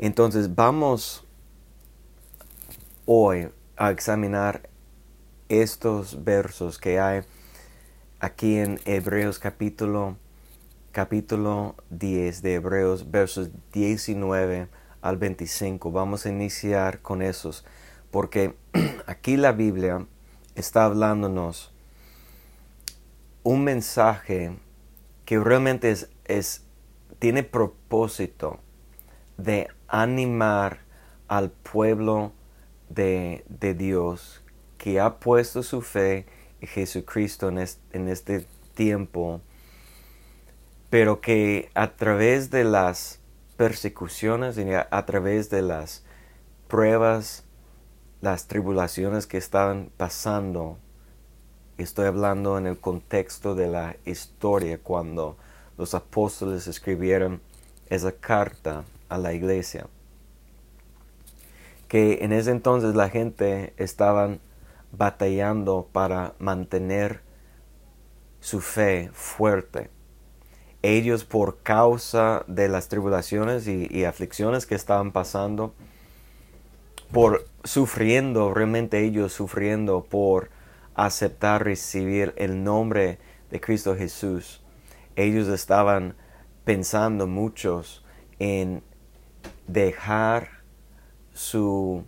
Entonces vamos hoy a examinar estos versos que hay aquí en Hebreos capítulo 10 de Hebreos, versos 19 al 25. Vamos a iniciar con esos, porque aquí la Biblia está hablándonos un mensaje que realmente tiene propósito de animar al pueblo de Dios que ha puesto su fe en Jesucristo en este tiempo, pero que a través de las persecuciones y a través de las pruebas, las tribulaciones que estaban pasando, estoy hablando en el contexto de la historia cuando los apóstoles escribieron esa carta a la iglesia, que en ese entonces la gente estaban batallando para mantener su fe fuerte. Ellos, por causa de las tribulaciones y aflicciones que estaban pasando, realmente ellos sufriendo por aceptar recibir el nombre de Cristo Jesús, ellos estaban pensando muchos en dejar su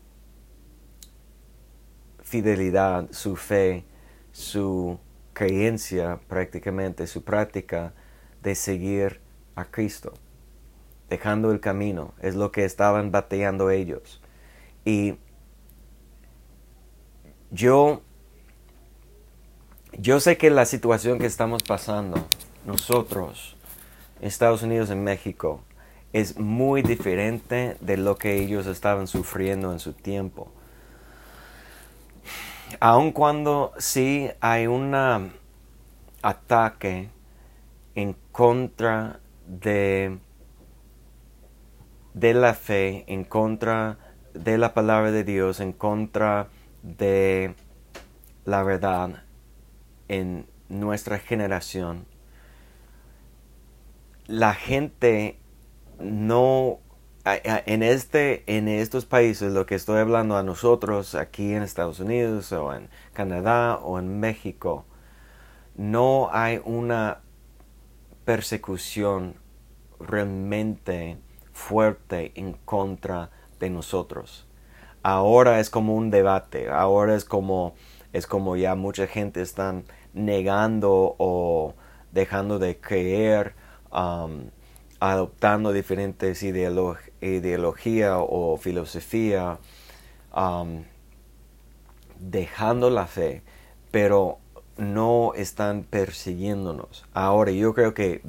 fidelidad, su fe, su creencia, prácticamente su práctica de seguir a Cristo, dejando el camino. Es lo que estaban batallando ellos. Y yo sé que la situación que estamos pasando nosotros, Estados Unidos y México, es muy diferente de lo que ellos estaban sufriendo en su tiempo. Aun cuando sí hay un ataque en contra de la fe, en contra de la palabra de Dios, en contra de la verdad en nuestra generación, la gente no en estos países, lo que estoy hablando a nosotros aquí en Estados Unidos o en Canadá o en México, no hay una persecución realmente fuerte en contra de nosotros. Ahora es como un debate, ahora es como ya mucha gente están negando o dejando de creer, adoptando diferentes ideología o filosofía, dejando la fe, pero no están persiguiéndonos. Ahora yo creo que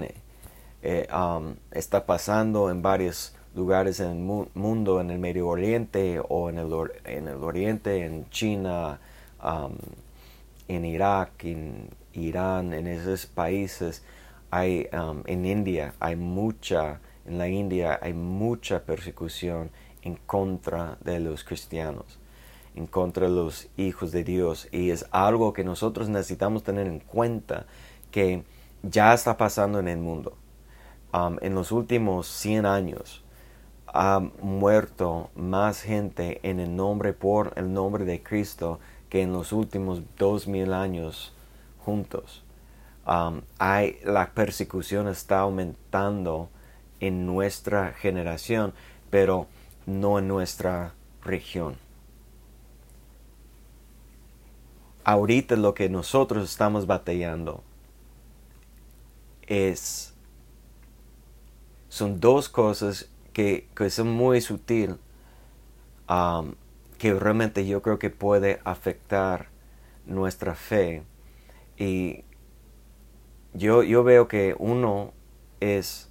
está pasando en varios lugares en el mundo, en el Medio Oriente o en el Oriente, en China, en Irak, en Irán, en esos países. Hay en la India hay mucha persecución en contra de los cristianos, en contra de los hijos de Dios, y es algo que nosotros necesitamos tener en cuenta, que ya está pasando en el mundo. En los últimos 100 años ha muerto más gente por el nombre de Cristo que en los últimos 2000 años juntos. La persecución está aumentando en nuestra generación, pero no en nuestra región. Ahorita lo que nosotros estamos batallando son dos cosas que son muy sutil, que realmente yo creo que puede afectar nuestra fe. Y yo veo que uno es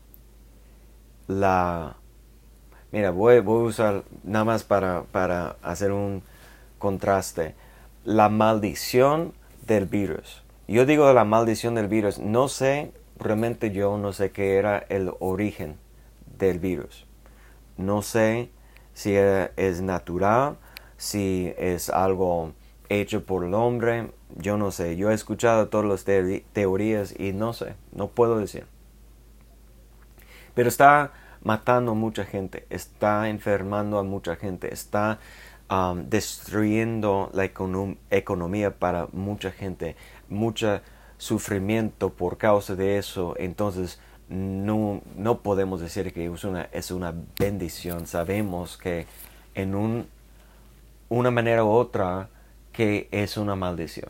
mira, voy a usar nada más para hacer un contraste, la maldición del virus. Yo digo la maldición del virus, realmente yo no sé qué era el origen del virus. No sé si es natural, si es algo hecho por el hombre, yo no sé. Yo he escuchado todas las teorías y no sé, no puedo decir. Pero está matando a mucha gente, está enfermando a mucha gente, está destruyendo la economía para mucha gente, mucho sufrimiento por causa de eso. Entonces no podemos decir que es una bendición. Sabemos que en una manera u otra que es una maldición.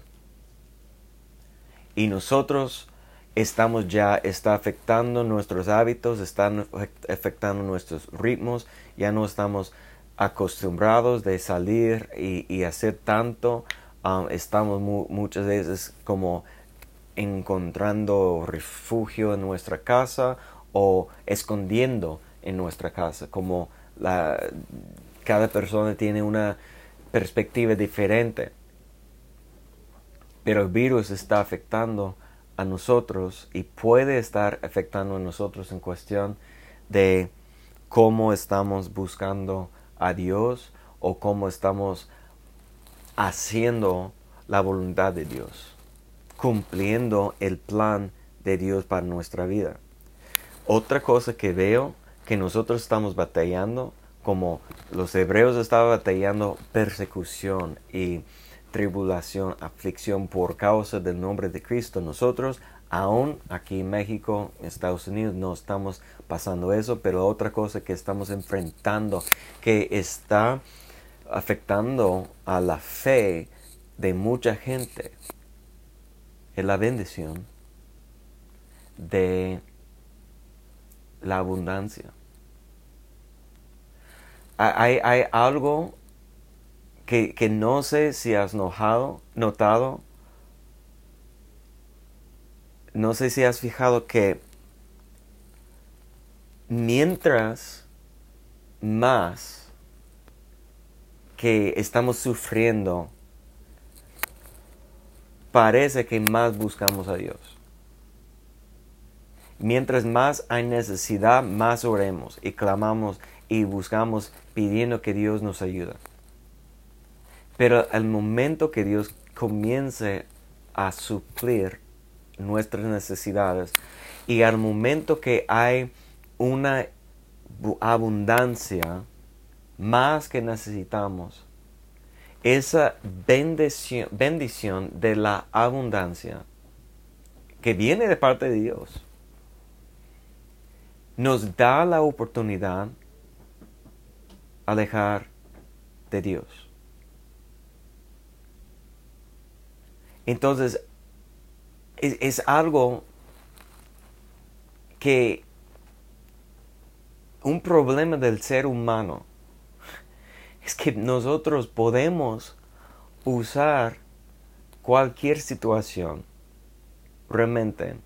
Y nosotros está afectando nuestros hábitos, están afectando nuestros ritmos, ya no estamos acostumbrados de salir y hacer tanto. Estamos muchas veces como encontrando refugio en nuestra casa o escondiendo en nuestra casa, como cada persona tiene una perspectiva diferente. Pero el virus está afectando a nosotros y puede estar afectando a nosotros en cuestión de cómo estamos buscando a Dios o cómo estamos haciendo la voluntad de Dios, cumpliendo el plan de Dios para nuestra vida. Otra cosa que veo que nosotros estamos batallando, como los hebreos estaban batallando persecución y tribulación, aflicción por causa del nombre de Cristo, nosotros aún aquí en México, Estados Unidos, no estamos pasando eso, pero otra cosa que estamos enfrentando que está afectando a la fe de mucha gente es la bendición de la abundancia. Hay algo que no sé si has notado, no sé si has fijado que mientras más que estamos sufriendo, parece que más buscamos a Dios. Mientras más hay necesidad, más oremos y clamamos y buscamos pidiendo que Dios nos ayude. Pero al momento que Dios comience a suplir nuestras necesidades y al momento que hay una abundancia más que necesitamos, esa bendición de la abundancia que viene de parte de Dios nos da la oportunidad a alejar de Dios. Entonces, es algo que un problema del ser humano es que nosotros podemos usar cualquier situación realmente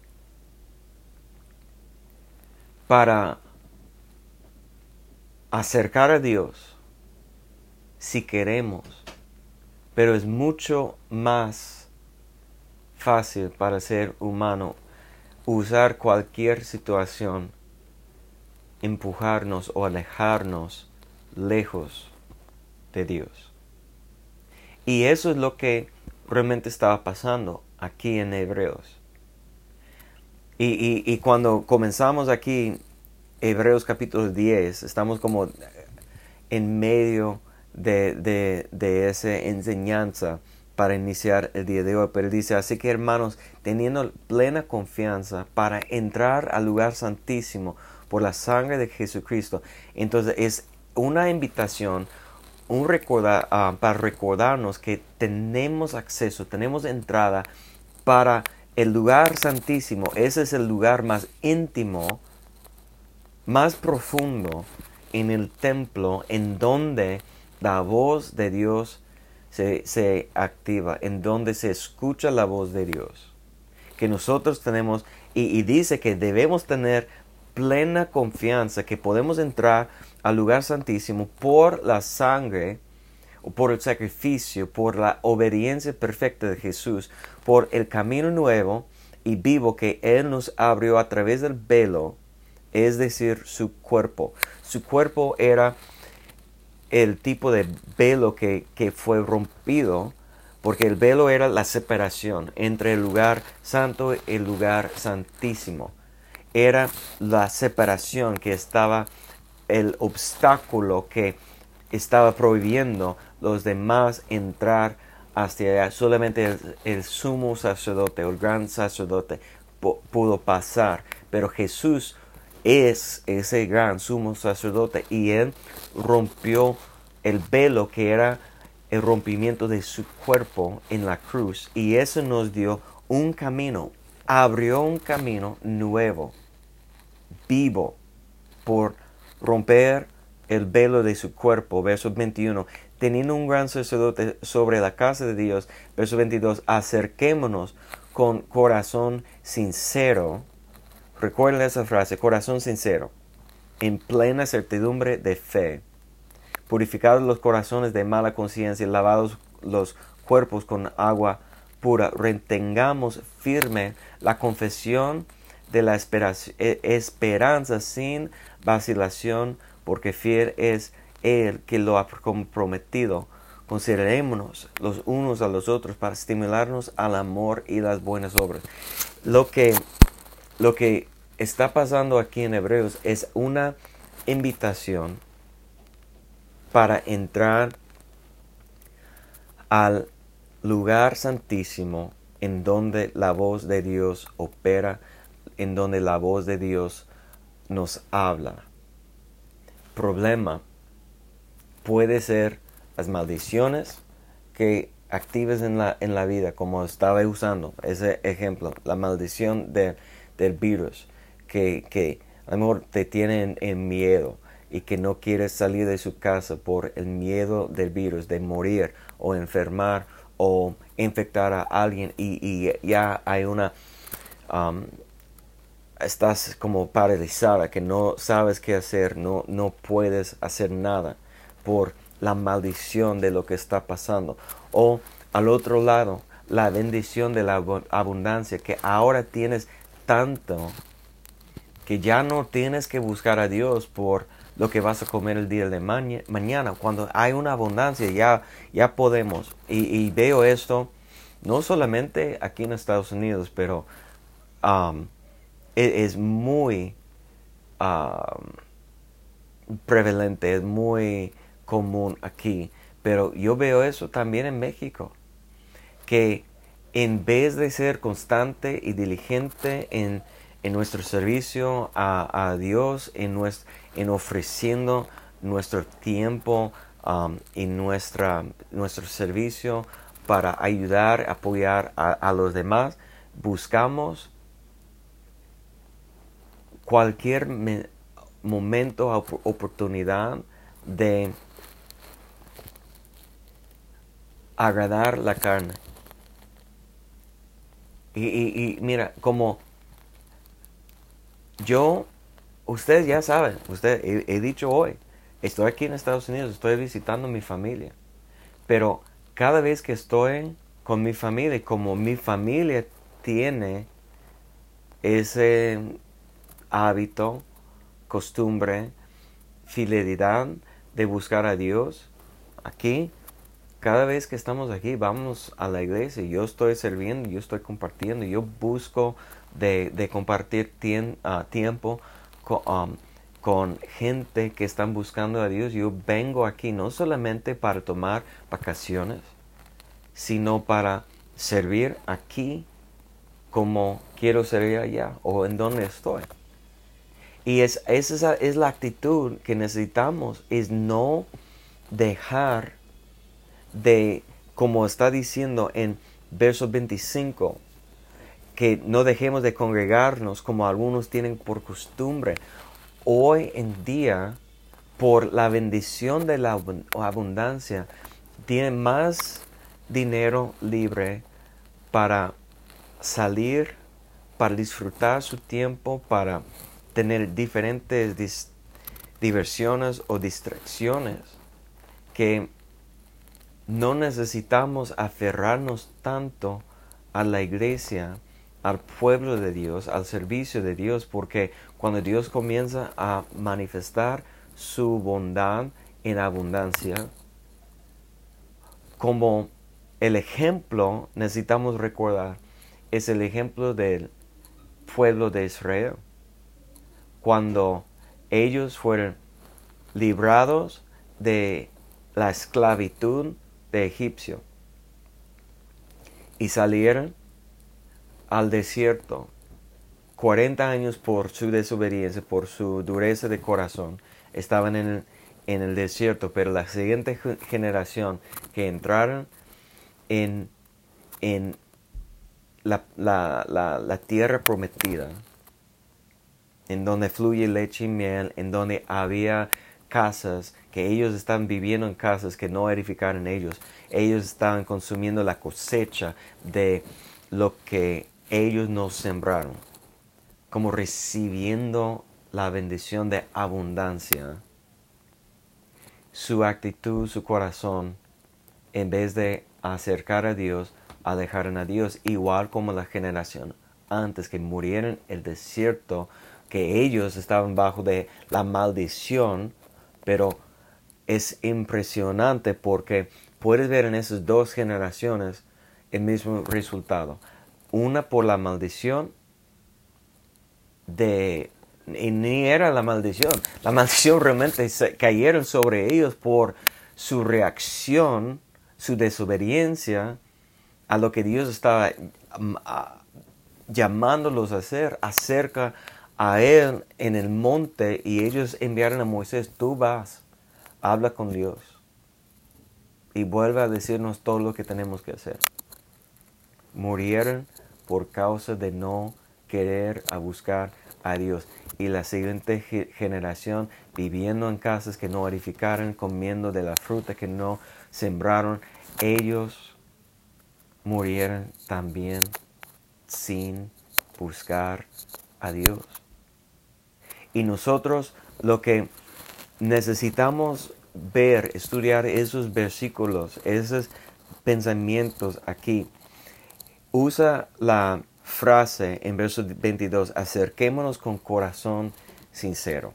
para acercar a Dios si queremos, pero es mucho más fácil para el ser humano usar cualquier situación, empujarnos o alejarnos lejos de Dios. Y eso es lo que realmente estaba pasando aquí en Hebreos. Y cuando comenzamos aquí, Hebreos capítulo 10, estamos como en medio de esa enseñanza para iniciar el día de hoy. Pero dice, así que hermanos, teniendo plena confianza para entrar al lugar santísimo por la sangre de Jesucristo. Entonces es una invitación, para recordarnos que tenemos acceso, tenemos entrada para el lugar santísimo. Ese es el lugar más íntimo, más profundo en el templo, en donde la voz de Dios se activa, en donde se escucha la voz de Dios. Que nosotros tenemos, y dice que debemos tener plena confianza que podemos entrar al lugar santísimo por la sangre, o por el sacrificio, por la obediencia perfecta de Jesús, por el camino nuevo y vivo que Él nos abrió a través del velo, es decir, su cuerpo. Su cuerpo era el tipo de velo que fue rompido, porque el velo era la separación entre el lugar santo y el lugar santísimo. era la separación que estaba, el obstáculo que estaba prohibiendo los demás entrar hacia allá. Solamente el sumo sacerdote o el gran sacerdote pudo pasar. Pero Jesús es ese gran sumo sacerdote y él rompió el velo que era el rompimiento de su cuerpo en la cruz, y eso nos dio un camino, abrió un camino nuevo, vivo, por romper el velo de su cuerpo. Verso 21, teniendo un gran sacerdote sobre la casa de Dios. Verso 22, acerquémonos con corazón sincero. Recuerden esa frase, corazón sincero, en plena certidumbre de fe, purificados los corazones de mala conciencia, lavados los cuerpos con agua pura, retengamos firme la confesión de la esperanza sin vacilación, porque fiel es Él que lo ha prometido. Considerémonos los unos a los otros para estimularnos al amor y las buenas obras. Lo que está pasando aquí en Hebreos es una invitación para entrar al lugar santísimo, en donde la voz de Dios opera, en donde la voz de Dios nos habla. Problema puede ser las maldiciones que actives en la vida, como estaba usando ese ejemplo, la maldición del virus, que a lo mejor te tiene en miedo y que no quieres salir de su casa por el miedo del virus, de morir o enfermar o infectar a alguien, y ya hay una estás como paralizada, que no sabes qué hacer, no puedes hacer nada por la maldición de lo que está pasando. O al otro lado, la bendición de la abundancia, que ahora tienes tanto que ya no tienes que buscar a Dios por lo que vas a comer el día de mañana. Cuando hay una abundancia, ya podemos. Y veo esto no solamente aquí en Estados Unidos, pero es muy prevalente, es muy común aquí. Pero yo veo eso también en México, que en vez de ser constante y diligente en nuestro servicio a Dios, en ofreciendo nuestro tiempo y nuestro servicio para ayudar, apoyar a los demás, buscamos cualquier momento, oportunidad de agradar la carne. Y mira, como ustedes ya saben, he dicho hoy, estoy aquí en Estados Unidos, estoy visitando a mi familia, pero cada vez que estoy con mi familia, como mi familia tiene ese hábito, costumbre, fidelidad de buscar a Dios, aquí, cada vez que estamos aquí, vamos a la iglesia, yo estoy sirviendo, yo estoy compartiendo, yo busco de compartir tiempo con gente que están buscando a Dios. Yo vengo aquí no solamente para tomar vacaciones, sino para servir aquí como quiero servir allá o en donde estoy. Y esa es la actitud que necesitamos, es no dejar de, como está diciendo en verso 25, que no dejemos de congregarnos como algunos tienen por costumbre. Hoy en día, por la bendición de la abundancia, tienen más dinero libre para salir, para disfrutar su tiempo, para tener diferentes diversiones o distracciones, que no necesitamos aferrarnos tanto a la iglesia, al pueblo de Dios, al servicio de Dios, porque cuando Dios comienza a manifestar su bondad en abundancia, como el ejemplo necesitamos recordar, es el ejemplo del pueblo de Israel, cuando ellos fueron librados de la esclavitud de Egipcio y salieron al desierto 40 años por su desobediencia, por su dureza de corazón. Estaban en el desierto, pero la siguiente generación que entraron en la tierra prometida, en donde fluye leche y miel, en donde había casas, que ellos estaban viviendo en casas que no edificaron ellos. Ellos estaban consumiendo la cosecha de lo que ellos no sembraron, como recibiendo la bendición de abundancia. Su actitud, su corazón, en vez de acercar a Dios, alejaron a Dios, igual como la generación antes que murieron en el desierto, que ellos estaban bajo de la maldición. Pero es impresionante porque puedes ver en esas dos generaciones el mismo resultado. Una por la maldición y ni era la maldición. La maldición realmente cayeron sobre ellos por su reacción, su desobediencia a lo que Dios estaba llamándolos a hacer acerca a Él en el monte, y ellos enviaron a Moisés: tú vas, habla con Dios y vuelve a decirnos todo lo que tenemos que hacer. Murieron por causa de no querer a buscar a Dios. Y la siguiente generación, viviendo en casas que no edificaron, comiendo de la fruta que no sembraron, ellos murieron también sin buscar a Dios. Y nosotros lo que necesitamos ver, estudiar esos versículos, esos pensamientos aquí. Usa la frase en verso 22, acerquémonos con corazón sincero.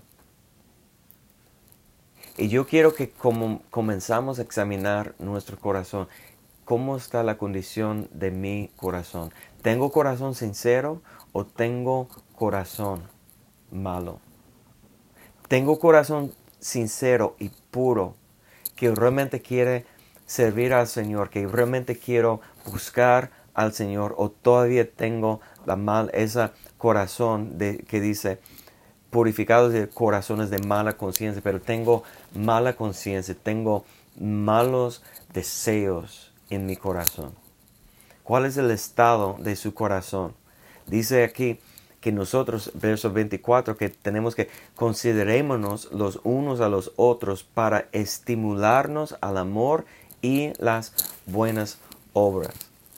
Y yo quiero que como comenzamos a examinar nuestro corazón, ¿cómo está la condición de mi corazón? ¿Tengo corazón sincero o tengo corazón malo? ¿Tengo corazón sincero y puro que realmente quiere servir al Señor, que realmente quiero buscar al Señor, o todavía tengo ese corazón que dice purificados de corazones de mala conciencia, pero tengo mala conciencia, tengo malos deseos en mi corazón? ¿Cuál es el estado de su corazón? Dice aquí que nosotros, verso 24, que tenemos que considerémonos los unos a los otros para estimularnos al amor y las buenas obras.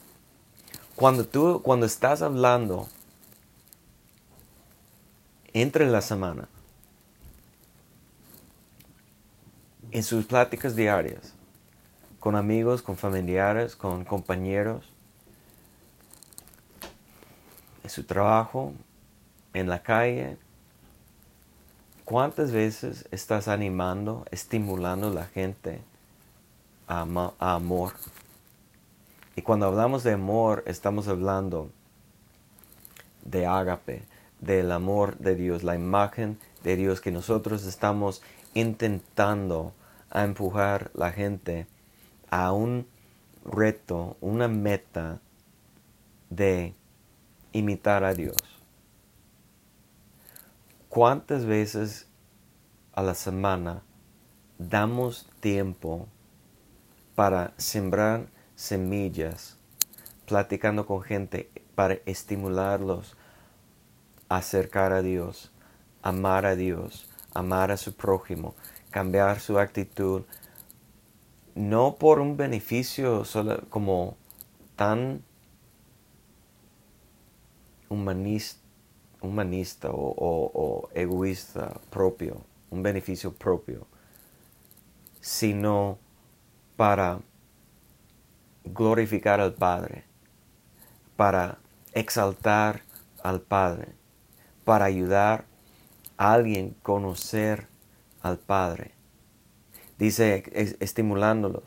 Cuando estás hablando entre la semana, en sus pláticas diarias, con amigos, con familiares, con compañeros, en su trabajo, en la calle, ¿cuántas veces estás animando, estimulando a la gente a amor? Y cuando hablamos de amor, estamos hablando de ágape, del amor de Dios, la imagen de Dios, que nosotros estamos intentando a empujar la gente a un reto, una meta de imitar a Dios. ¿Cuántas veces a la semana damos tiempo para sembrar semillas, platicando con gente para estimularlos a acercar a Dios, amar a su prójimo, cambiar su actitud, no por un beneficio solo como tan humanista o egoísta propio, un beneficio propio, sino para glorificar al Padre, para exaltar al Padre, para ayudar a alguien a conocer al Padre. Dice, estimulándolos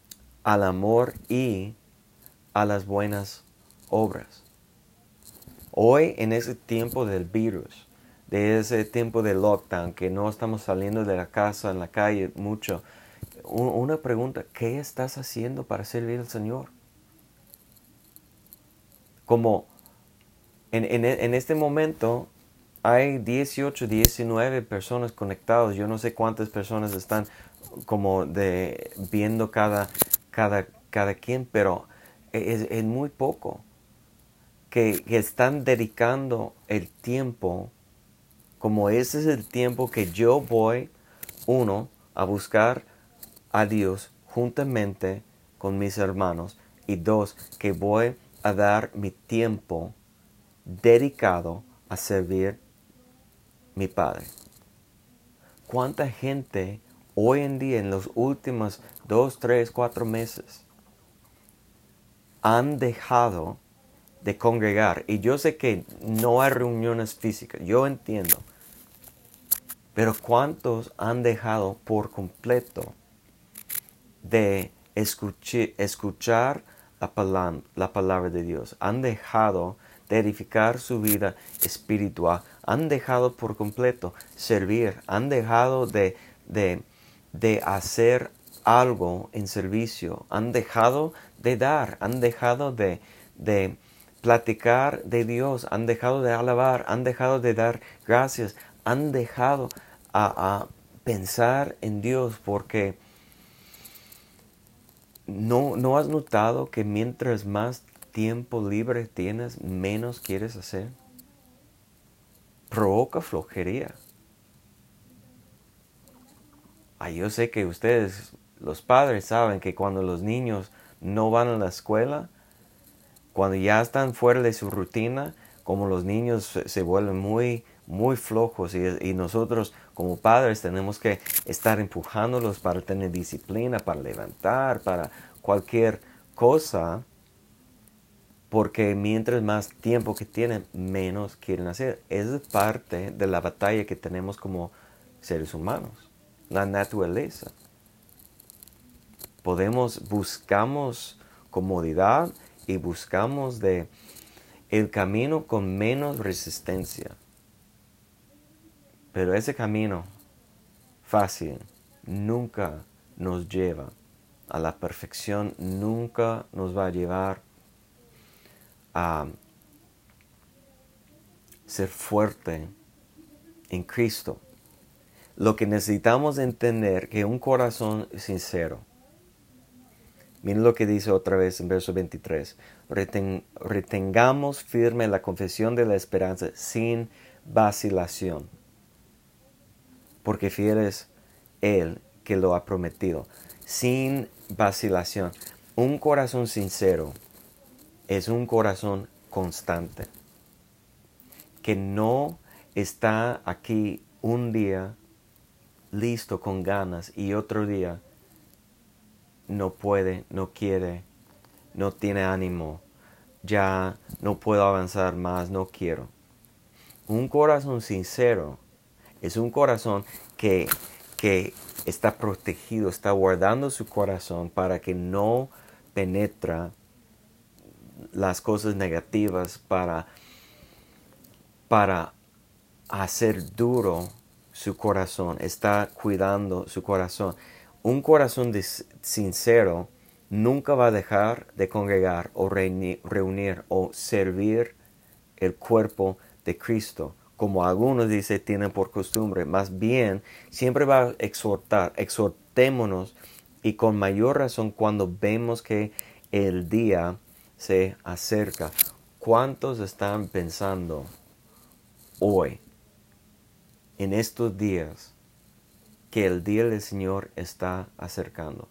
al amor y a las buenas obras. Hoy, en ese tiempo del virus, de ese tiempo de lockdown, que no estamos saliendo de la casa, en la calle mucho, una pregunta: ¿qué estás haciendo para servir al Señor? Como en este momento hay 18, 19 personas conectadas. Yo no sé cuántas personas están como viendo cada quien, pero es muy poco que están dedicando el tiempo, como ese es el tiempo que yo voy, uno, a buscar a Dios juntamente con mis hermanos, y dos, que voy a dar mi tiempo dedicado a servir mi Padre. ¿Cuánta gente hoy en día, en los últimos 2, 3, 4 meses, han dejado de congregar? Y yo sé que no hay reuniones físicas, yo entiendo. Pero ¿cuántos han dejado por completo de escuchar la palabra de Dios? Han dejado de edificar su vida espiritual. Han dejado por completo servir. Han dejado de hacer algo en servicio. Han dejado de dar. Han dejado de platicar de Dios. Han dejado de alabar. Han dejado de dar gracias. Han dejado a pensar en Dios, porque ¿no has notado que mientras más tiempo libre tienes, menos quieres hacer? Provoca flojería. Yo sé que ustedes, los padres, saben que cuando los niños no van a la escuela, cuando ya están fuera de su rutina, como los niños se vuelven muy, muy flojos, y nosotros como padres tenemos que estar empujándolos para tener disciplina, para levantar, para cualquier cosa, porque mientras más tiempo que tienen, menos quieren hacer. Esa es parte de la batalla que tenemos como seres humanos, la naturaleza. Buscamos comodidad y buscamos el camino con menos resistencia. Pero ese camino fácil nunca nos lleva a la perfección, nunca nos va a llevar a ser fuerte en Cristo. Lo que necesitamos entender que un corazón sincero, miren lo que dice otra vez en verso 23. Retengamos firme la confesión de la esperanza sin vacilación, porque fiel es Él que lo ha prometido. Sin vacilación. Un corazón sincero es un corazón constante, que no está aquí un día listo con ganas y otro día no puede, no quiere, no tiene ánimo, ya no puedo avanzar más, no quiero. Un corazón sincero es un corazón que está protegido, está guardando su corazón para que no penetre las cosas negativas, para hacer duro su corazón. Está cuidando su corazón. Un corazón sincero nunca va a dejar de congregar o reunir o servir el cuerpo de Cristo, como algunos dicen tienen por costumbre. Más bien, siempre va a exhortar. Exhortémonos, y con mayor razón cuando vemos que el día se acerca. ¿Cuántos están pensando hoy, en estos días, que el día del Señor está acercando?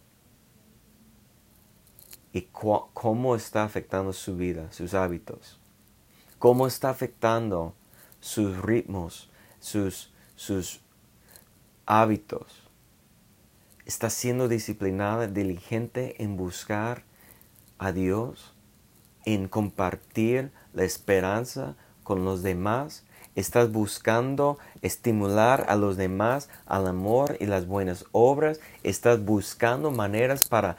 ¿Y cómo está afectando su vida, sus hábitos? ¿Cómo está afectando sus ritmos, sus hábitos? ¿Está siendo disciplinada, diligente en buscar a Dios, en compartir la esperanza con los demás? ¿Estás buscando estimular a los demás al amor y las buenas obras? ¿Estás buscando maneras para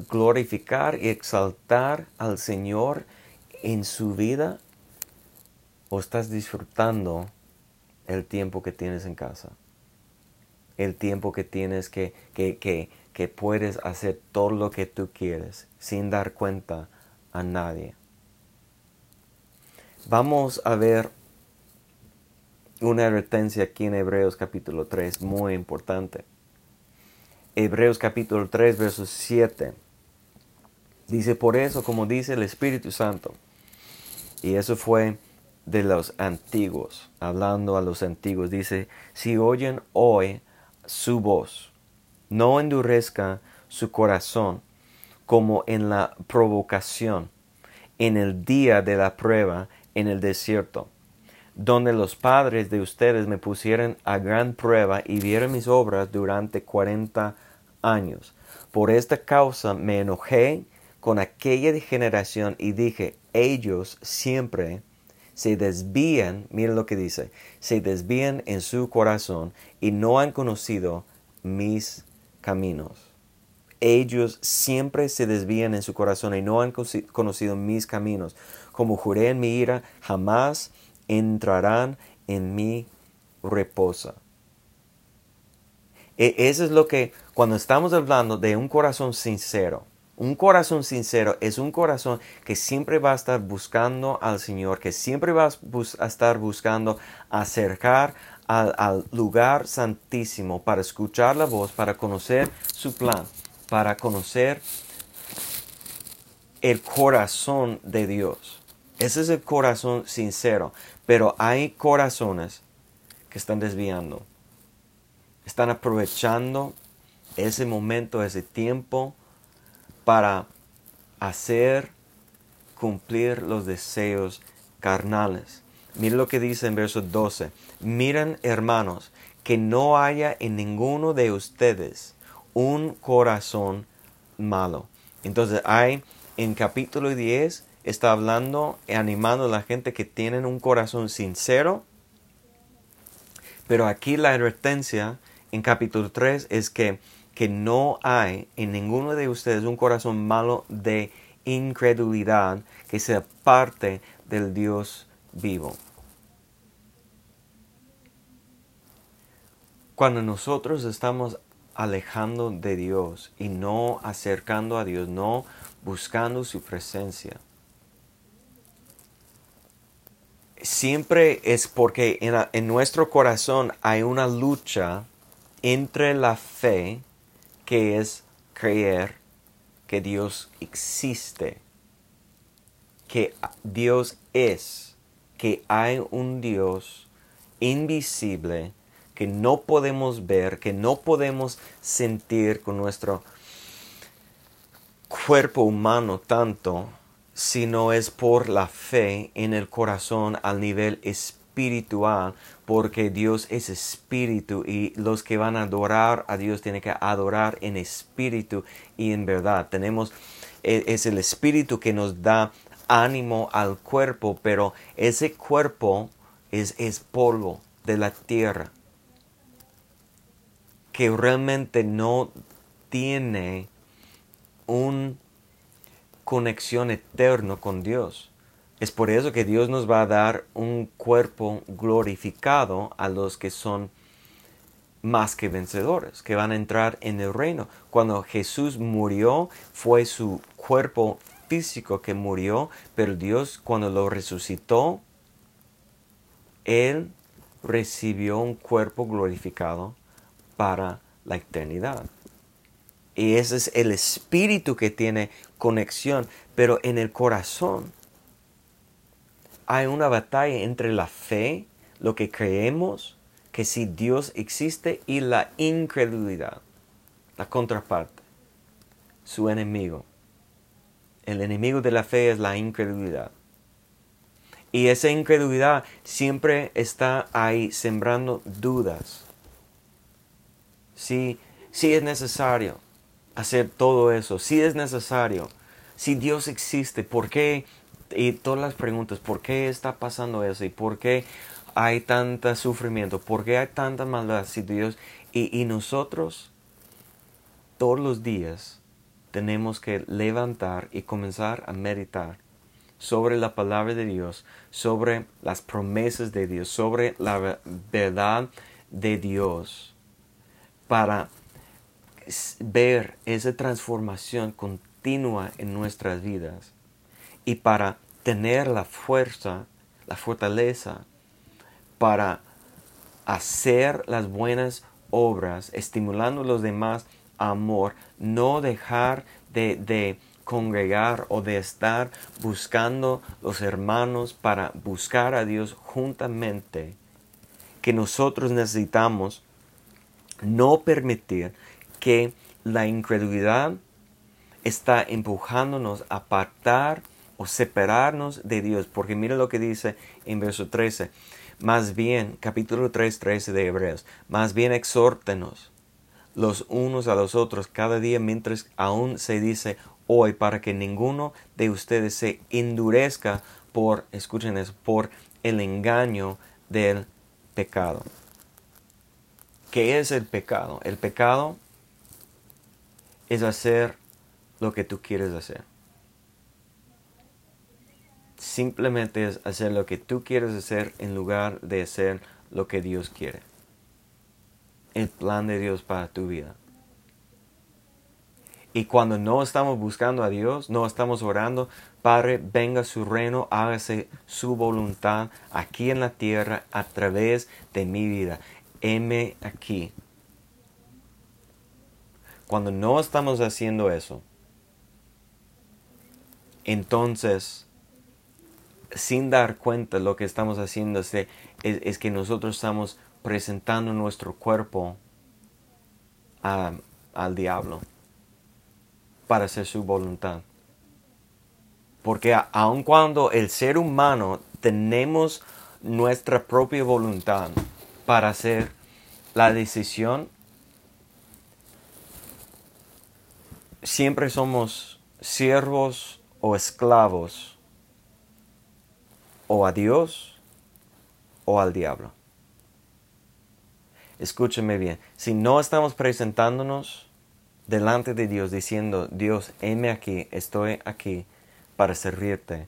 glorificar y exaltar al Señor en su vida? ¿O estás disfrutando el tiempo que tienes en casa? El tiempo que tienes que puedes hacer todo lo que tú quieres sin dar cuenta a nadie. Vamos a ver una advertencia aquí en Hebreos capítulo 3, muy importante. Hebreos capítulo 3, verso 7. Dice, por eso, como dice el Espíritu Santo, y eso fue de los antiguos, hablando a los antiguos, dice, si oyen hoy su voz, no endurezca su corazón como en la provocación, en el día de la prueba en el desierto, donde los padres de ustedes me pusieron a gran prueba y vieron mis obras durante 40 años. Por esta causa me enojé con aquella generación y dije, ellos siempre se desvían, miren lo que dice, se desvían en su corazón y no han conocido mis caminos. Ellos siempre se desvían en su corazón y no han conocido mis caminos. Como juré en mi ira, jamás entrarán en mi reposo. Eso es lo que, cuando estamos hablando de un corazón sincero es un corazón que siempre va a estar buscando al Señor, que siempre va a estar buscando acercar al lugar santísimo para escuchar la voz, para conocer su plan, para conocer el corazón de Dios. Ese es el corazón sincero. Pero hay corazones que están desviando. Están aprovechando ese momento, ese tiempo para hacer cumplir los deseos carnales. Miren lo que dice en verso 12. Miren, hermanos, que no haya en ninguno de ustedes un corazón malo. Entonces hay en capítulo 10 está hablando, animando a la gente que tienen un corazón sincero. Pero aquí la advertencia en capítulo 3 es que no hay en ninguno de ustedes un corazón malo de incredulidad que sea parte del Dios vivo. Cuando nosotros estamos alejando de Dios y no acercando a Dios, no buscando su presencia, siempre es porque en nuestro corazón hay una lucha entre la fe, que es creer que Dios existe, que Dios es, que hay un Dios invisible que no podemos ver, que no podemos sentir con nuestro cuerpo humano tanto, sino es por la fe en el corazón al nivel espiritual, porque Dios es espíritu y los que van a adorar a Dios tienen que adorar en espíritu y en verdad. Es el espíritu que nos da ánimo al cuerpo, pero ese cuerpo es polvo de la tierra, que realmente no tiene una conexión eterna con Dios. Es por eso que Dios nos va a dar un cuerpo glorificado a los que son más que vencedores, que van a entrar en el reino. Cuando Jesús murió, fue su cuerpo físico que murió, pero Dios, cuando lo resucitó, Él recibió un cuerpo glorificado para la eternidad. Y ese es el espíritu que tiene conexión, pero en el corazón hay una batalla entre la fe, lo que creemos, que si Dios existe, y la incredulidad, la contraparte, su enemigo. El enemigo de la fe es la incredulidad. Y esa incredulidad siempre está ahí sembrando dudas. Si es necesario hacer todo eso, si es necesario, si Dios existe, ¿por qué? Y todas las preguntas, ¿por qué está pasando eso? ¿Y por qué hay tanto sufrimiento? ¿Por qué hay tanta maldad? Si Dios, y nosotros todos los días tenemos que levantar y comenzar a meditar sobre la palabra de Dios, sobre las promesas de Dios, sobre la verdad de Dios, para ver esa transformación continua en nuestras vidas y para tener la fuerza, la fortaleza para hacer las buenas obras, estimulando a los demás a amor, no dejar de congregar o de estar buscando los hermanos para buscar a Dios juntamente, que nosotros necesitamos no permitir que la incredulidad está empujándonos a apartar o separarnos de Dios, porque mira lo que dice en verso 13, más bien, capítulo 3, 13 de Hebreos, más bien exhórtenos los unos a los otros cada día mientras aún se dice hoy, para que ninguno de ustedes se endurezca por, escuchen eso, por el engaño del pecado. ¿Qué es el pecado? El pecado es hacer lo que tú quieres hacer. Simplemente es hacer lo que tú quieres hacer en lugar de hacer lo que Dios quiere. El plan de Dios para tu vida. Y cuando no estamos buscando a Dios, no estamos orando, Padre, venga su reino, hágase su voluntad aquí en la tierra a través de mi vida. Heme aquí. Cuando no estamos haciendo eso, entonces, sin dar cuenta, lo que estamos haciendo es que nosotros estamos presentando nuestro cuerpo al diablo para hacer su voluntad. Porque aun cuando el ser humano tenemos nuestra propia voluntad para hacer la decisión, siempre somos siervos o esclavos o a Dios o al diablo. Escúcheme bien, si no estamos presentándonos delante de Dios diciendo, Dios, heme aquí, estoy aquí para servirte,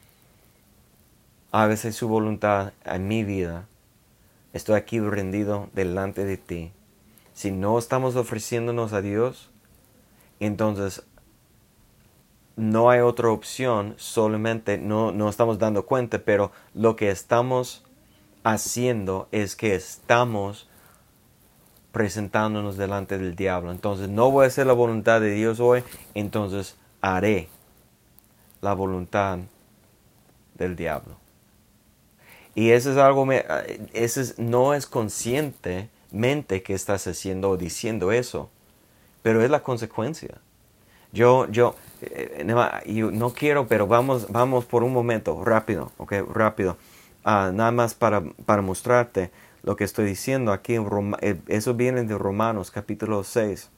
hágase su voluntad en mi vida, estoy aquí rendido delante de ti. Si no estamos ofreciéndonos a Dios, entonces no hay otra opción, solamente no estamos dando cuenta, pero lo que estamos haciendo es que estamos presentándonos delante del diablo. Entonces no voy a hacer la voluntad de Dios hoy, entonces haré la voluntad del diablo. Y eso es algo, no es conscientemente que estás haciendo o diciendo eso, pero es la consecuencia. Yo no quiero, pero vamos por un momento, rápido, okay, rápido. Nada más para mostrarte lo que estoy diciendo aquí. Eso viene de Romanos capítulo 6.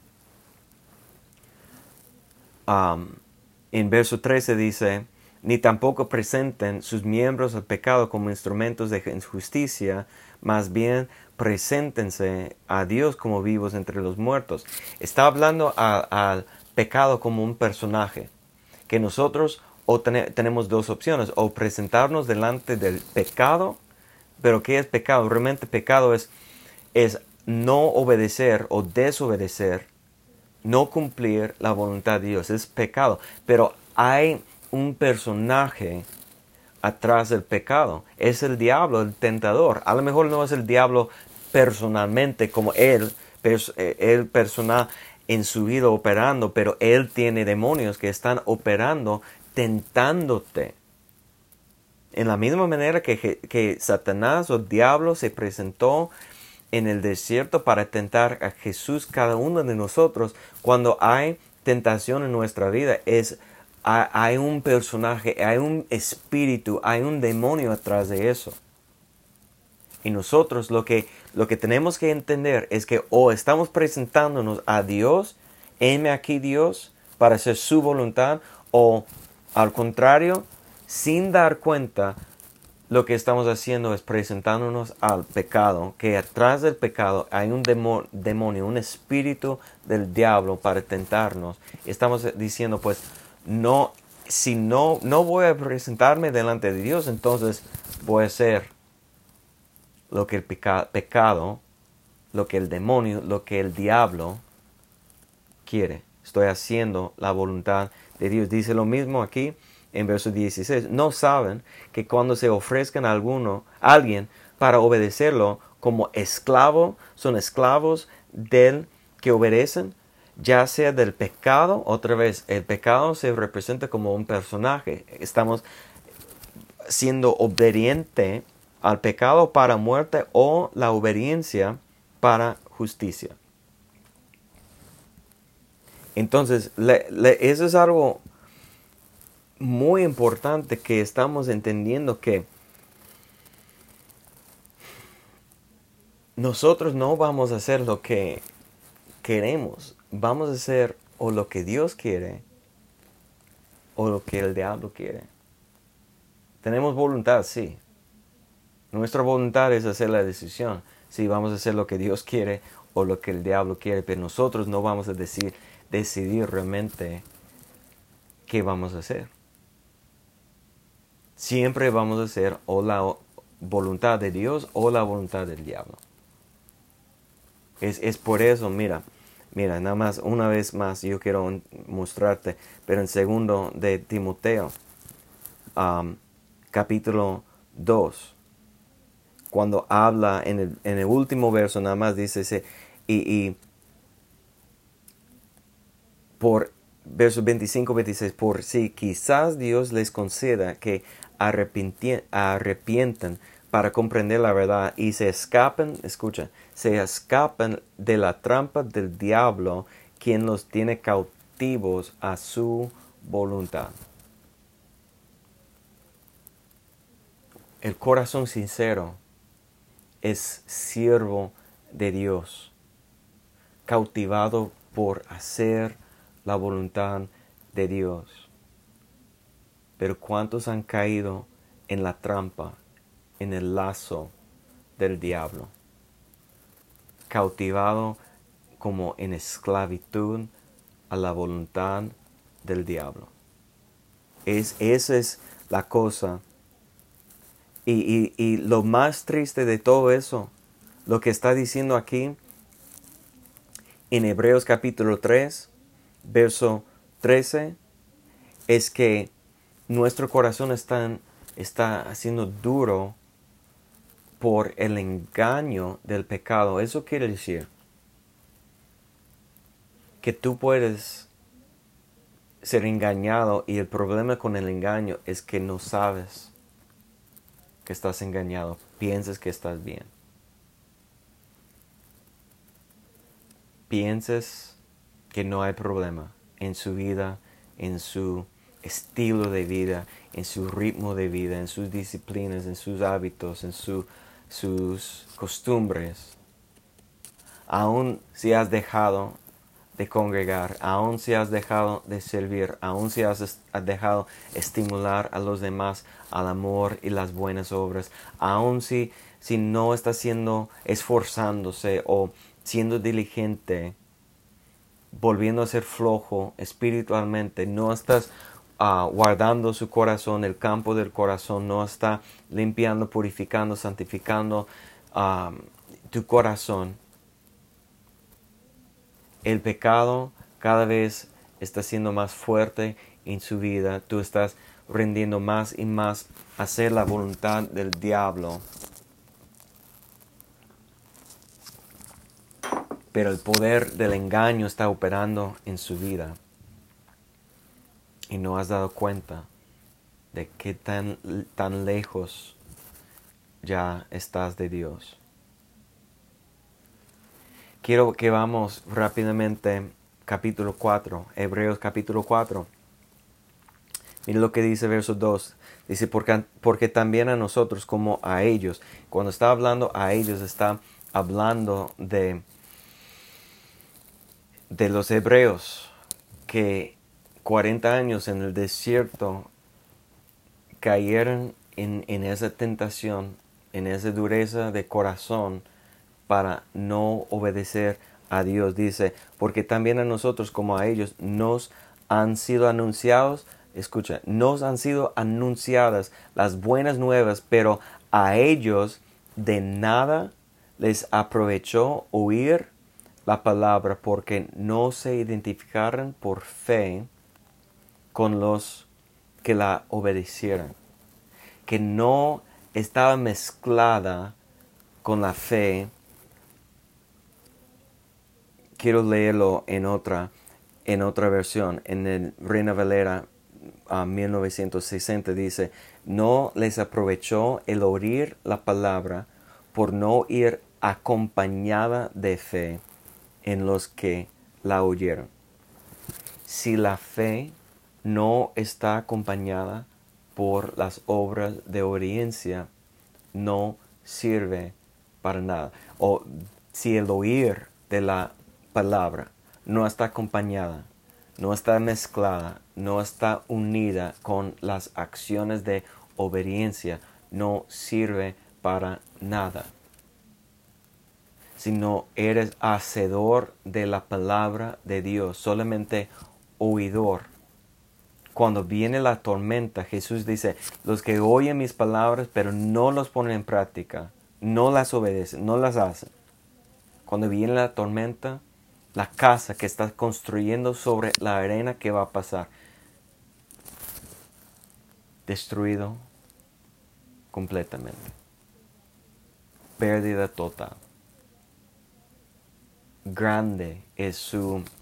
En verso 13 dice, ni tampoco presenten sus miembros al pecado como instrumentos de injusticia, más bien preséntense a Dios como vivos entre los muertos. Está hablando al pecado como un personaje, que nosotros tenemos dos opciones, o presentarnos delante del pecado. Pero ¿qué es pecado? Realmente pecado es no obedecer o desobedecer, no cumplir la voluntad de Dios. Es pecado. Pero hay un personaje atrás del pecado. Es el diablo, el tentador. A lo mejor no es el diablo personalmente como él personal en su vida operando, pero él tiene demonios que están operando, tentándote. En la misma manera que Satanás o diablo se presentó en el desierto para tentar a Jesús, cada uno de nosotros, cuando hay tentación en nuestra vida, hay un personaje, hay un espíritu, hay un demonio atrás de eso. Y nosotros lo que tenemos que entender es que o estamos presentándonos a Dios, heme aquí Dios, para hacer su voluntad, o al contrario, sin dar cuenta, lo que estamos haciendo es presentándonos al pecado, que atrás del pecado hay un demonio, un espíritu del diablo para tentarnos. Estamos diciendo, pues, no, si no voy a presentarme delante de Dios, entonces voy a hacer lo que el pecado, lo que el demonio, lo que el diablo quiere. Estoy haciendo la voluntad de Dios. Dice lo mismo aquí en verso 16. ¿No saben que cuando se ofrezcan a alguien para obedecerlo como esclavo, son esclavos del que obedecen? Ya sea del pecado, otra vez, el pecado se representa como un personaje. Estamos siendo obediente al pecado para muerte o la obediencia para justicia. Entonces, eso es algo muy importante que estamos entendiendo, que nosotros no vamos a hacer lo que queremos, vamos a hacer o lo que Dios quiere o lo que el diablo quiere. Tenemos voluntad, sí. Nuestra voluntad es hacer la decisión si vamos a hacer lo que Dios quiere o lo que el diablo quiere, pero nosotros no vamos a decidir realmente qué vamos a hacer. Siempre vamos a hacer o la voluntad de Dios o la voluntad del diablo. Es por eso, mira, nada más, una vez más, yo quiero mostrarte, pero en 2 de Timoteo, capítulo 2, cuando habla en el último verso, nada más dice, y por versos 25-26, por si quizás Dios les conceda que arrepientan para comprender la verdad y se escapen de la trampa del diablo, quien los tiene cautivos a su voluntad. El corazón sincero es siervo de Dios, cautivado por hacer la voluntad de Dios. Pero ¿cuántos han caído en la trampa, en el lazo del diablo? Cautivado como en esclavitud a la voluntad del diablo. Esa es la cosa. Y lo más triste de todo eso, lo que está diciendo aquí en Hebreos capítulo 3, verso 13, es que nuestro corazón está haciendo duro por el engaño del pecado. Eso quiere decir que tú puedes ser engañado, y el problema con el engaño es que no sabes que estás engañado, piensas que estás bien. Piensas que no hay problema en su vida, en su estilo de vida, en su ritmo de vida, en sus disciplinas, en sus hábitos, en sus costumbres. Aun si has dejado de congregar, aun si has dejado de servir, aun si has dejado estimular a los demás al amor y las buenas obras, aun si no estás esforzándose o siendo diligente, volviendo a ser flojo espiritualmente, no estás guardando su corazón, el campo del corazón, no está limpiando, purificando, santificando tu corazón. El pecado cada vez está siendo más fuerte en su vida. Tú estás rendiendo más y más a hacer la voluntad del diablo. Pero el poder del engaño está operando en su vida. Y no has dado cuenta de qué tan lejos ya estás de Dios. Quiero que vamos rápidamente capítulo 4, Hebreos capítulo 4. Mire lo que dice verso 2. Dice, porque también a nosotros como a ellos. Cuando está hablando a ellos, está hablando de los hebreos que 40 años en el desierto cayeron en esa tentación, en esa dureza de corazón para no obedecer a Dios. Dice, porque también a nosotros como a ellos nos han sido anunciados escucha, nos han sido anunciadas las buenas nuevas, pero a ellos de nada les aprovechó oír la palabra porque no se identificaron por fe con los que la obedecieran, que no estaba mezclada con la fe. Quiero leerlo en otra versión. En el Reina Valera 1960 dice, no les aprovechó el oír la palabra por no ir acompañada de fe en los que la oyeron. Si la fe no está acompañada por las obras de obediencia, no sirve para nada. O si el oír de la palabra no está acompañada, no está mezclada, no está unida con las acciones de obediencia, no sirve para nada. Si no eres hacedor de la palabra de Dios, solamente oidor. Cuando viene la tormenta, Jesús dice, los que oyen mis palabras pero no los ponen en práctica, no las obedecen, no las hacen. Cuando viene la tormenta, la casa que estás construyendo sobre la arena, ¿qué va a pasar? Destruido completamente. Pérdida total. Grande es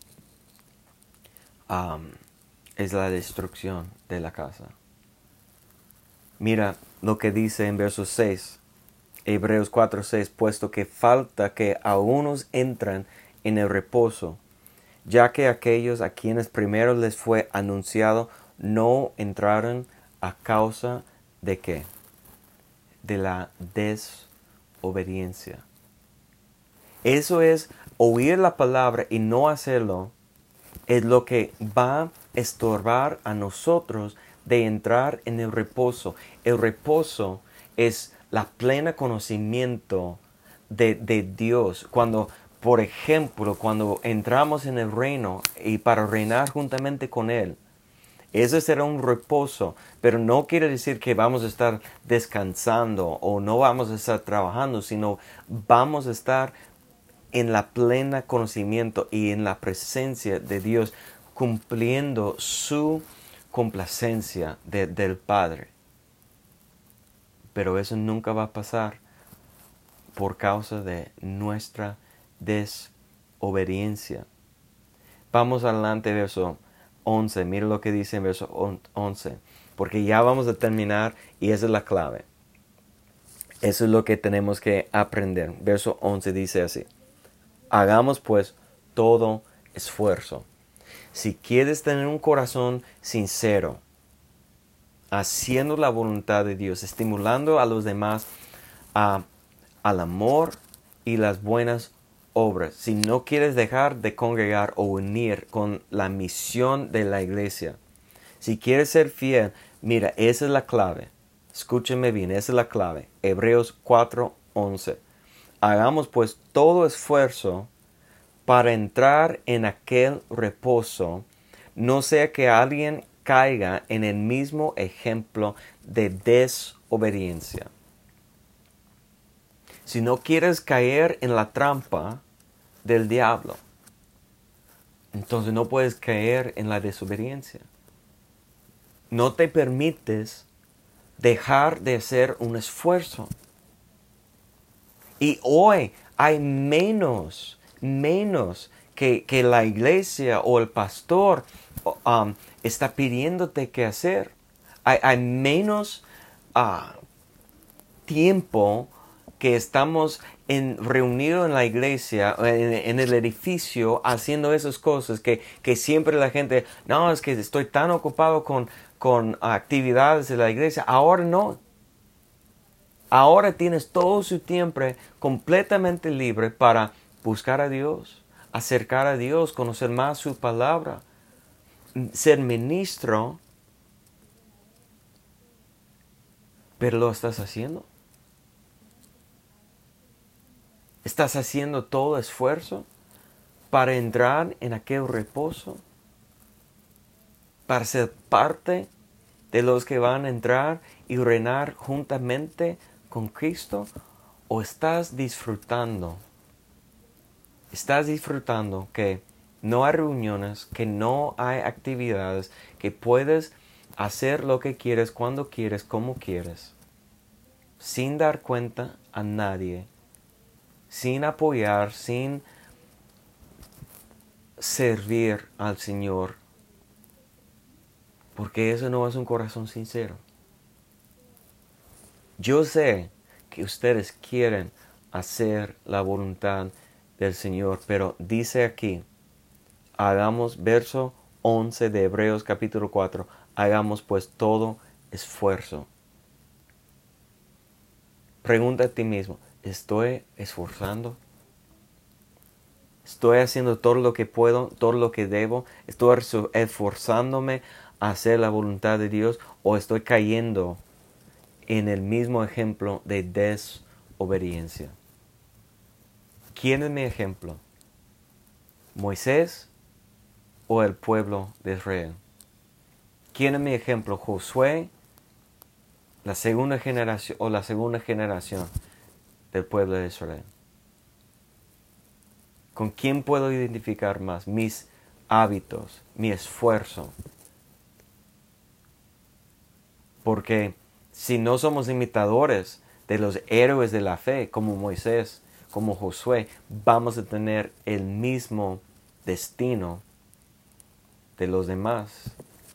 es la destrucción de la casa. Mira lo que dice en verso 6, Hebreos 4:6, puesto que falta que a unos entran en el reposo, ya que aquellos a quienes primero les fue anunciado no entraron a causa de ¿qué? De la desobediencia. Eso es oír la palabra y no hacerlo, es lo que va a estorbar a nosotros de entrar en el reposo. El reposo es la plena conocimiento de Dios. Cuando, por ejemplo, cuando entramos en el reino y para reinar juntamente con Él, ese será un reposo, pero no quiere decir que vamos a estar descansando o no vamos a estar trabajando, sino vamos a estar en la plena conocimiento y en la presencia de Dios, cumpliendo su complacencia del Padre. Pero eso nunca va a pasar por causa de nuestra desobediencia. Vamos adelante, verso 11. Mira lo que dice en verso 11. Porque ya vamos a terminar y esa es la clave. Eso es lo que tenemos que aprender. Verso 11 dice así. Hagamos pues todo esfuerzo. Si quieres tener un corazón sincero, haciendo la voluntad de Dios, estimulando a los demás al amor y las buenas obras. Si no quieres dejar de congregar o unir con la misión de la iglesia, si quieres ser fiel, mira, esa es la clave. Escúcheme bien, esa es la clave. Hebreos 4:11. Hagamos pues todo esfuerzo para entrar en aquel reposo, no sea que alguien caiga en el mismo ejemplo de desobediencia. Si no quieres caer en la trampa del diablo, entonces no puedes caer en la desobediencia. No te permites dejar de hacer un esfuerzo. Y hoy hay menos que la iglesia o el pastor está pidiéndote qué hacer. Hay menos tiempo que estamos reunidos en la iglesia, en el edificio, haciendo esas cosas que siempre la gente, no, es que estoy tan ocupado con actividades de la iglesia. Ahora no. Ahora tienes todo su tiempo completamente libre para buscar a Dios, acercar a Dios, conocer más su palabra, ser ministro. ¿Pero lo estás haciendo? ¿Estás haciendo todo esfuerzo para entrar en aquel reposo? para ser parte de los que van a entrar y reinar juntamente con Cristo? ¿O estás disfrutando? ¿Estás disfrutando que no hay reuniones, que no hay actividades, que puedes hacer lo que quieres, cuando quieres, como quieres, sin dar cuenta a nadie, sin apoyar, sin servir al Señor? Porque eso no es un corazón sincero. Yo sé que ustedes quieren hacer la voluntad del Señor, pero dice aquí, hagamos, verso 11 de Hebreos capítulo 4, hagamos pues todo esfuerzo. Pregunta a ti mismo, ¿estoy esforzando? ¿Estoy haciendo todo lo que puedo, todo lo que debo? ¿Estoy esforzándome a hacer la voluntad de Dios? ¿O estoy cayendo en el mismo ejemplo de desobediencia? ¿Quién es mi ejemplo? ¿Moisés o el pueblo de Israel? ¿Quién es mi ejemplo? ¿Josué, la segunda generación o la segunda generación del pueblo de Israel? ¿Con quién puedo identificar más? Mis hábitos, mi esfuerzo. Porque si no somos imitadores de los héroes de la fe, como Moisés, como Josué, vamos a tener el mismo destino de los demás,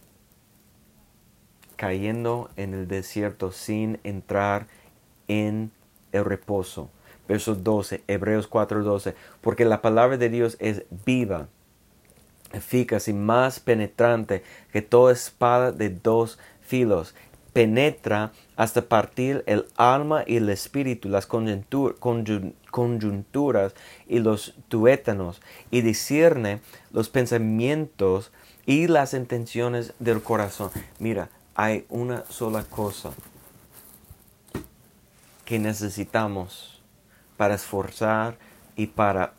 cayendo en el desierto sin entrar en el reposo. Verso 12, Hebreos 4:12, porque la palabra de Dios es viva, eficaz y más penetrante que toda espada de dos filos. Penetra hasta partir el alma y el espíritu, las coyunturas y los tuétanos, y discierne los pensamientos y las intenciones del corazón. Mira, hay una sola cosa que necesitamos para esforzar y para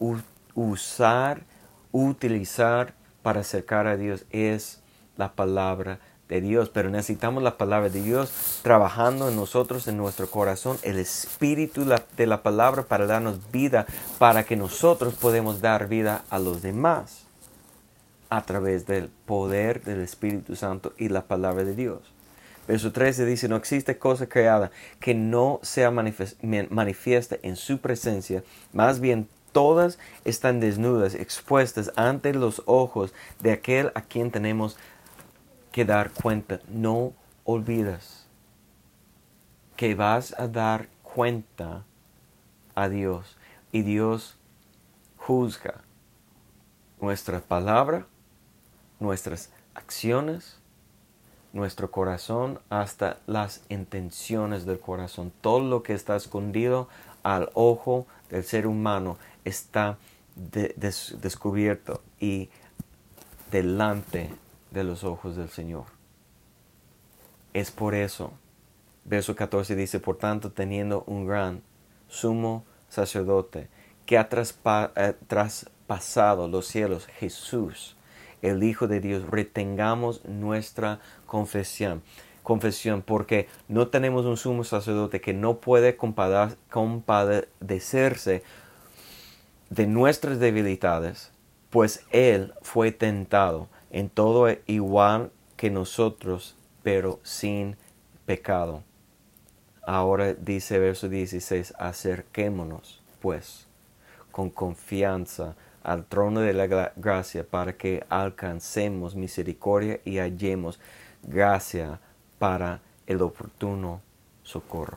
utilizar para acercar a Dios, es la palabra de Dios. Pero necesitamos la palabra de Dios trabajando en nosotros, en nuestro corazón, el espíritu de la palabra para darnos vida, para que nosotros podamos dar vida a los demás a través del poder del Espíritu Santo y la palabra de Dios. Verso 13 dice, no existe cosa creada que no sea manifiesta en su presencia, más bien todas están desnudas, expuestas ante los ojos de aquel a quien tenemos que dar cuenta. No olvides que vas a dar cuenta a Dios, y Dios juzga nuestra palabra, nuestras acciones, nuestro corazón, hasta las intenciones del corazón. Todo lo que está escondido al ojo del ser humano está descubierto y delante de los ojos del Señor. Es por eso, verso 14 dice, por tanto, teniendo un gran sumo sacerdote que ha traspasado los cielos, Jesús, el Hijo de Dios, retengamos nuestra confesión, porque no tenemos un sumo sacerdote que no puede compadecerse de nuestras debilidades, pues Él fue tentado en todo igual que nosotros, pero sin pecado. Ahora dice verso 16, acerquémonos pues con confianza al trono de la gracia para que alcancemos misericordia y hallemos gracia para el oportuno socorro.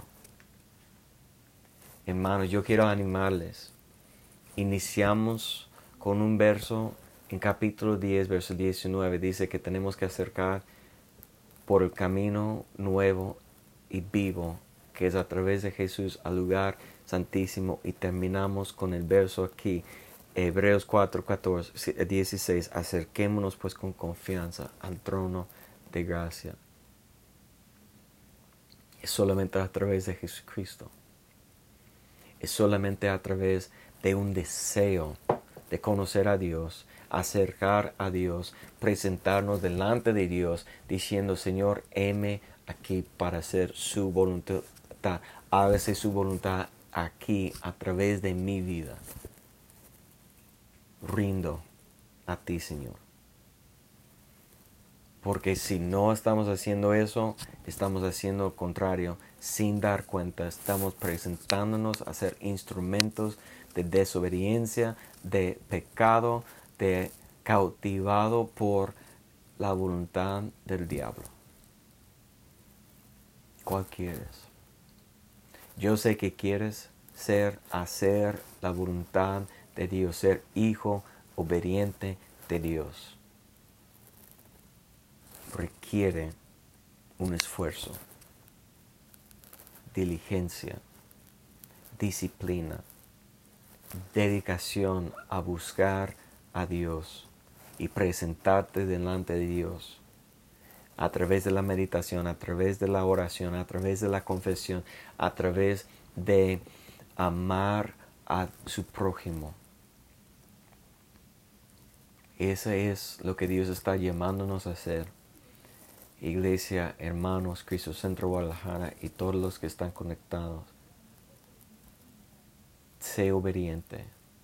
Hermanos, yo quiero animarles. Iniciamos con un verso en capítulo 10, verso 19. Dice que tenemos que acercar por el camino nuevo y vivo, que es a través de Jesús, al lugar santísimo. Y terminamos con el verso aquí, Hebreos 4, 14, 16. Acerquémonos pues con confianza al trono de gracia. Es solamente a través de Jesucristo. Es solamente a través de un deseo de conocer a Dios, acercar a Dios, presentarnos delante de Dios, diciendo, Señor, heme aquí para hacer su voluntad. Hágase su voluntad aquí a través de mi vida. Rindo a ti, Señor. Porque si no estamos haciendo eso, estamos haciendo lo contrario, sin dar cuenta. Estamos presentándonos a ser instrumentos de desobediencia, de pecado, de cautivado por la voluntad del diablo. ¿Cuál quieres? Yo sé que quieres hacer la voluntad de Dios, ser hijo obediente de Dios. Requiere un esfuerzo, diligencia, disciplina, dedicación a buscar a Dios y presentarte delante de Dios a través de la meditación, a través de la oración, a través de la confesión, a través de amar a su prójimo. Eso es lo que Dios está llamándonos a hacer. Iglesia, hermanos, Cristo Centro Guadalajara y todos los que están conectados. Sé obediente.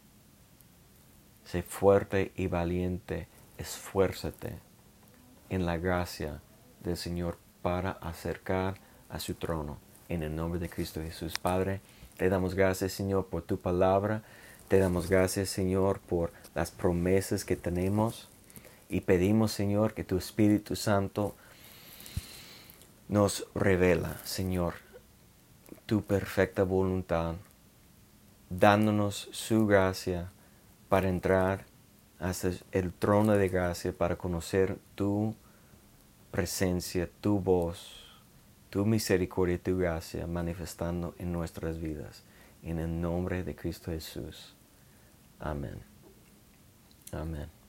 Sé fuerte y valiente. Esfuérzate en la gracia del Señor para acercar a su trono. En el nombre de Cristo Jesús. Padre, te damos gracias, Señor, por tu palabra. Te damos gracias, Señor, por las promesas que tenemos. Y pedimos, Señor, que tu Espíritu Santo nos revela, Señor, tu perfecta voluntad, dándonos su gracia para entrar hasta el trono de gracia, para conocer tu presencia, tu voz, tu misericordia y tu gracia manifestando en nuestras vidas. En el nombre de Cristo Jesús. Amén. Amén.